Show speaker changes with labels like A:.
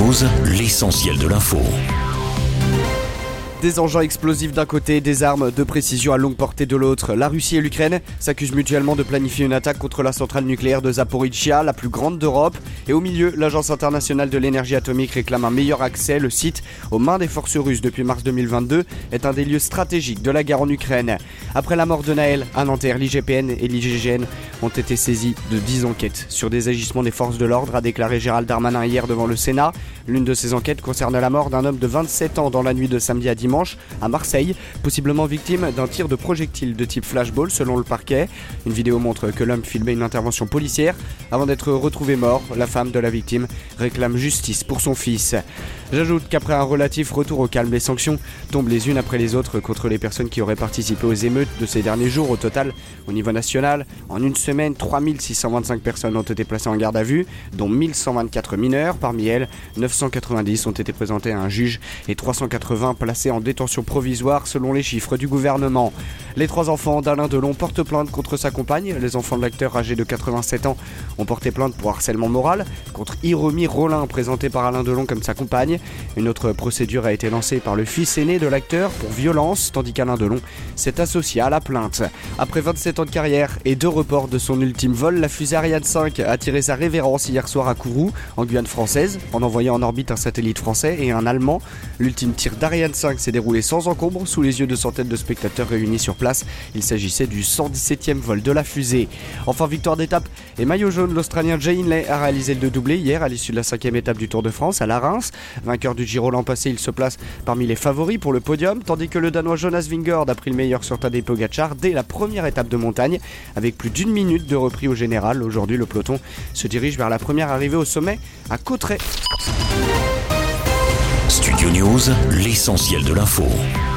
A: News, l'essentiel de l'info.
B: Des engins explosifs d'un côté, des armes de précision à longue portée de l'autre. La Russie et l'Ukraine s'accusent mutuellement de planifier une attaque contre la centrale nucléaire de Zaporizhzhia, la plus grande d'Europe. Et au milieu, l'Agence internationale de l'énergie atomique réclame un meilleur accès. Le site, aux mains des forces russes depuis mars 2022, est un des lieux stratégiques de la guerre en Ukraine. Après la mort de Naël à Nanterre, l'IGPN et l'IGGN ont été saisis de 10 enquêtes sur des agissements des forces de l'ordre, a déclaré Gérald Darmanin hier devant le Sénat. L'une de ces enquêtes concerne la mort d'un homme de 27 ans dans la nuit de samedi à dimanche à Marseille, possiblement victime d'un tir de projectile de type flashball selon le parquet. Une vidéo montre que l'homme filmait une intervention policière avant d'être retrouvé mort. La femme de la victime réclame justice pour son fils. J'ajoute qu'après un relatif retour au calme, les sanctions tombent les unes après les autres contre les personnes qui auraient participé aux émeutes de ces derniers jours. Au total, au niveau national, en une semaine, 3625 personnes ont été placées en garde à vue, dont 1124 mineurs. Parmi elles, 990 ont été présentées à un juge et 380 placés en détention provisoire selon les chiffres du gouvernement. Les 3 enfants d'Alain Delon portent plainte contre sa compagne. Les enfants de l'acteur âgé de 87 ans ont porté plainte pour harcèlement moral contre Hiromi Rollin, présenté par Alain Delon comme sa compagne. Une autre procédure a été lancée par le fils aîné de l'acteur pour violence, tandis qu'Alain Delon s'est associé à la plainte. Après 27 ans de carrière et 2 reports de son ultime vol, la fusée Ariane 5 a tiré sa révérence hier soir à Kourou, en Guyane française, en envoyant en orbite un satellite français et un allemand. L'ultime tir d'Ariane 5 s'est déroulé sans encombre, sous les yeux de centaines de spectateurs réunis sur place. Il s'agissait du 117e vol de la fusée. Enfin, victoire d'étape et maillot jaune, l'Australien Jay Hindley a réalisé le doublé hier à l'issue de la 5e étape du Tour de France à la Reims. Vainqueur du Giro l'an passé, il se place parmi les favoris pour le podium, tandis que le Danois Jonas Vingegaard a pris le meilleur sur Tadej Pogačar dès la première étape de montagne, avec plus d'1 minute de repris au général. Aujourd'hui, le peloton se dirige vers la première arrivée au sommet à Cauterets.
A: Studio News, l'essentiel de l'info.